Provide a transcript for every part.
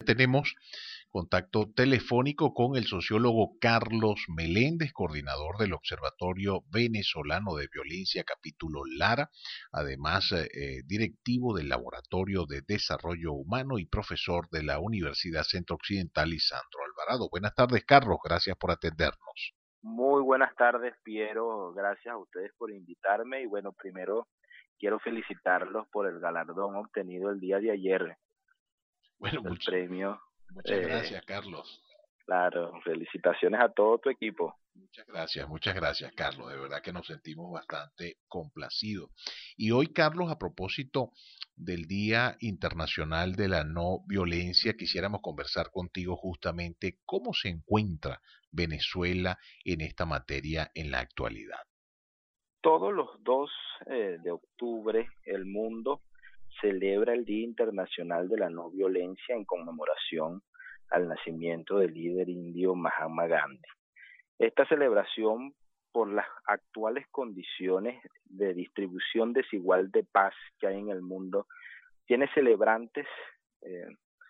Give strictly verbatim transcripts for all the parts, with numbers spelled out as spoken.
tenemos contacto telefónico con el sociólogo Carlos Meléndez, coordinador del Observatorio Venezolano de Violencia, capítulo Lara, además eh, directivo del Laboratorio de Desarrollo Humano y profesor de la Universidad Centro Occidental Lisandro Alvarado. Buenas tardes, Carlos, gracias por atendernos. Muy buenas tardes, Piero. Gracias a ustedes por invitarme. Y bueno, primero quiero felicitarlos por el galardón obtenido el día de ayer. Bueno, El much premio. muchas Eh, gracias, Carlos. claro, felicitaciones a todo tu equipo. Muchas gracias, muchas gracias, Carlos. De verdad que nos sentimos bastante complacidos. Y hoy, Carlos, a propósito del Día Internacional de la No Violencia, quisiéramos conversar contigo justamente cómo se encuentra Venezuela en esta materia en la actualidad. Todos los dos eh, de octubre el mundo celebra el Día Internacional de la No Violencia en conmemoración al nacimiento del líder indio Mahatma Gandhi. Esta celebración, por las actuales condiciones de distribución desigual de paz que hay en el mundo, tiene celebrantes eh,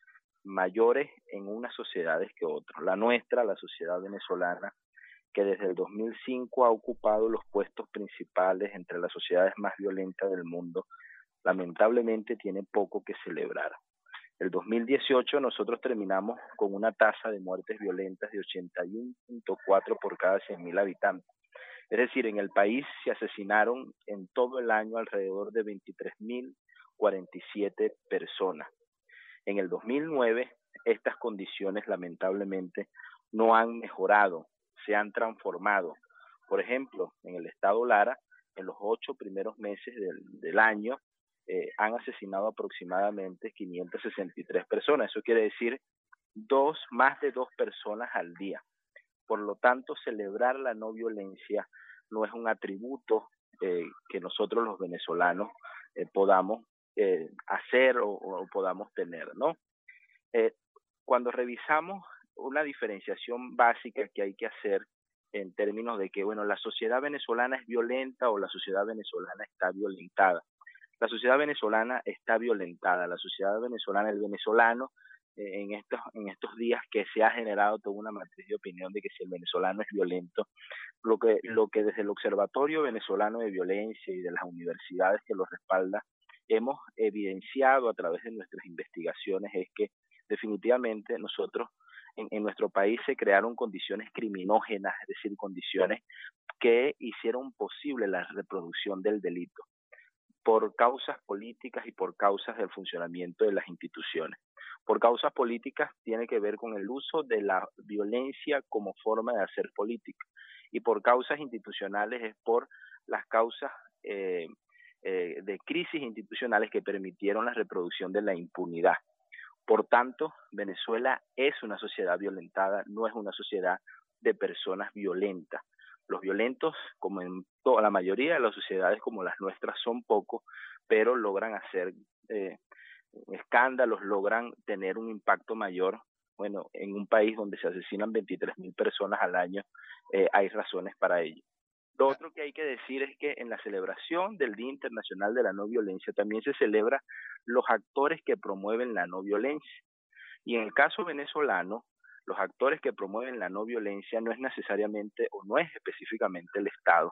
mayores en unas sociedades que otras. La nuestra, la sociedad venezolana, que desde el dos mil cinco ha ocupado los puestos principales entre las sociedades más violentas del mundo, lamentablemente tiene poco que celebrar. El dos mil dieciocho nosotros terminamos con una tasa de muertes violentas de ochenta y uno punto cuatro por cada cien mil habitantes. Es decir, en el país se asesinaron en todo el año alrededor de veintitrés mil cuarenta y siete personas. En el dos mil nueve estas condiciones lamentablemente no han mejorado, se han transformado. Por ejemplo, en el estado Lara, en los ocho primeros meses del, del año, eh, han asesinado aproximadamente quinientas sesenta y tres personas. Eso quiere decir dos, más de dos personas al día. Por lo tanto, celebrar la no violencia no es un atributo eh, que nosotros los venezolanos eh, podamos eh, hacer o, o podamos tener, ¿no? Eh, cuando revisamos una diferenciación básica que hay que hacer en términos de que, bueno, la sociedad venezolana es violenta o la sociedad venezolana está violentada. La sociedad venezolana está violentada, la sociedad venezolana, el venezolano, eh, en, estos, en estos días que se ha generado toda una matriz de opinión de que si el venezolano es violento, lo que, lo que desde el Observatorio Venezolano de Violencia y de las universidades que lo respaldan, hemos evidenciado a través de nuestras investigaciones es que definitivamente nosotros en, en nuestro país se crearon condiciones criminógenas, es decir, condiciones que hicieron posible la reproducción del delito por causas políticas y por causas del funcionamiento de las instituciones. Por causas políticas tiene que ver con el uso de la violencia como forma de hacer política, y por causas institucionales es por las causas eh, eh, de crisis institucionales que permitieron la reproducción de la impunidad. Por tanto, Venezuela es una sociedad violentada, no es una sociedad de personas violentas. Los violentos, como en toda la mayoría de las sociedades como las nuestras, son pocos, pero logran hacer eh, escándalos, logran tener un impacto mayor. Bueno, en un país donde se asesinan veintitrés mil personas al año, eh, hay razones para ello. Lo otro que hay que decir es que en la celebración del Día Internacional de la No Violencia también se celebra los actores que promueven la no violencia. Y en el caso venezolano, los actores que promueven la no violencia no es necesariamente o no es específicamente el Estado,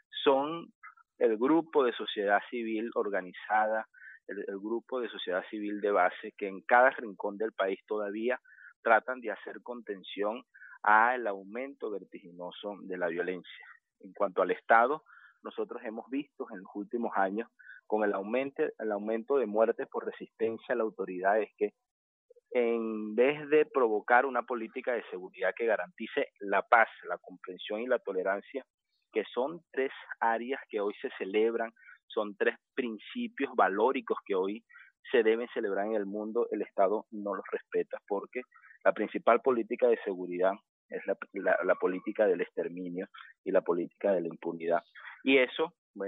son el grupo de sociedad civil organizada, el, el grupo de sociedad civil de base que en cada rincón del país todavía tratan de hacer contención al aumento vertiginoso de la violencia. En cuanto al Estado, nosotros hemos visto en los últimos años con el aumento, el aumento de muertes por resistencia a la autoridad es que en vez de provocar una política de seguridad que garantice la paz, la comprensión y la tolerancia, que son tres áreas que hoy se celebran, son tres principios valóricos que hoy se deben celebrar en el mundo, el Estado no los respeta, porque la principal política de seguridad es la, la, la política del exterminio y la política de la impunidad. Y eso, bueno,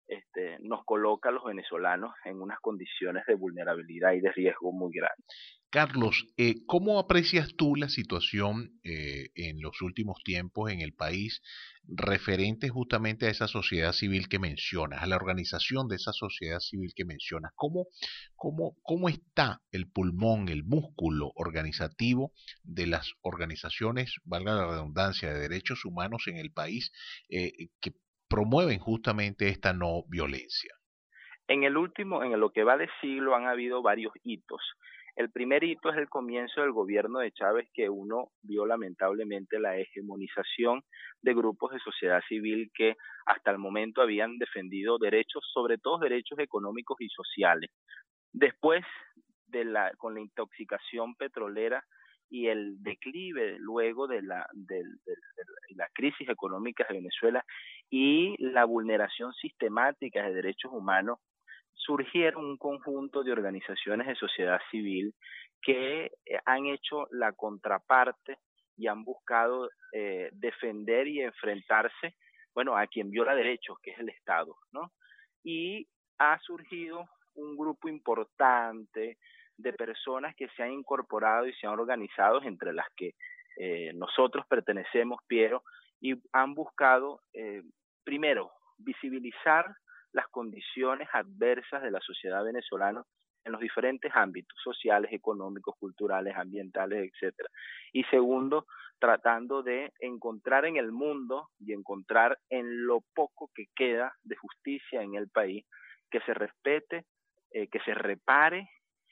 este, nos coloca a los venezolanos en unas condiciones de vulnerabilidad y de riesgo muy grandes. Carlos, eh, ¿cómo aprecias tú la situación eh, en los últimos tiempos en el país referente justamente a esa sociedad civil que mencionas, a la organización de esa sociedad civil que mencionas? ¿Cómo, cómo, cómo está el pulmón, el músculo organizativo de las organizaciones, valga la redundancia, de derechos humanos en el país eh, que promueven justamente esta no violencia? En el último, en lo que va de siglo, han habido varios hitos. El primer hito es el comienzo del gobierno de Chávez, que uno vio lamentablemente la hegemonización de grupos de sociedad civil que hasta el momento habían defendido derechos, sobre todo derechos económicos y sociales. Después de la, con la intoxicación petrolera y el declive luego de la, de, de, de la crisis económica de Venezuela y la vulneración sistemática de derechos humanos, surgieron un conjunto de organizaciones de sociedad civil que eh, han hecho la contraparte y han buscado eh, defender y enfrentarse, bueno, a quien viola derechos, que es el Estado, ¿no? Y ha surgido un grupo importante de personas que se han incorporado y se han organizado, entre las que eh, nosotros pertenecemos, Piero, y han buscado, eh, primero, visibilizar las condiciones adversas de la sociedad venezolana en los diferentes ámbitos sociales, económicos, culturales, ambientales, etcétera. Y segundo, tratando de encontrar en el mundo y encontrar en lo poco que queda de justicia en el país, que se respete, eh, que se repare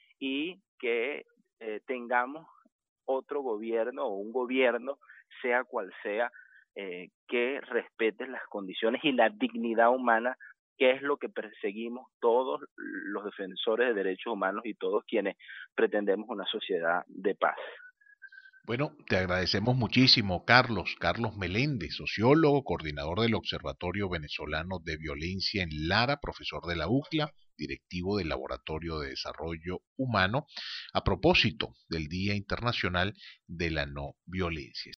y que eh, tengamos otro gobierno o un gobierno, sea cual sea, eh, que respete las condiciones y la dignidad humana, que es lo que perseguimos todos los defensores de derechos humanos y todos quienes pretendemos una sociedad de paz. Bueno, te agradecemos muchísimo, Carlos. Carlos Meléndez, sociólogo, coordinador del Observatorio Venezolano de Violencia en Lara, profesor de la UCLA, directivo del Laboratorio de Desarrollo Humano, a propósito del Día Internacional de la No Violencia.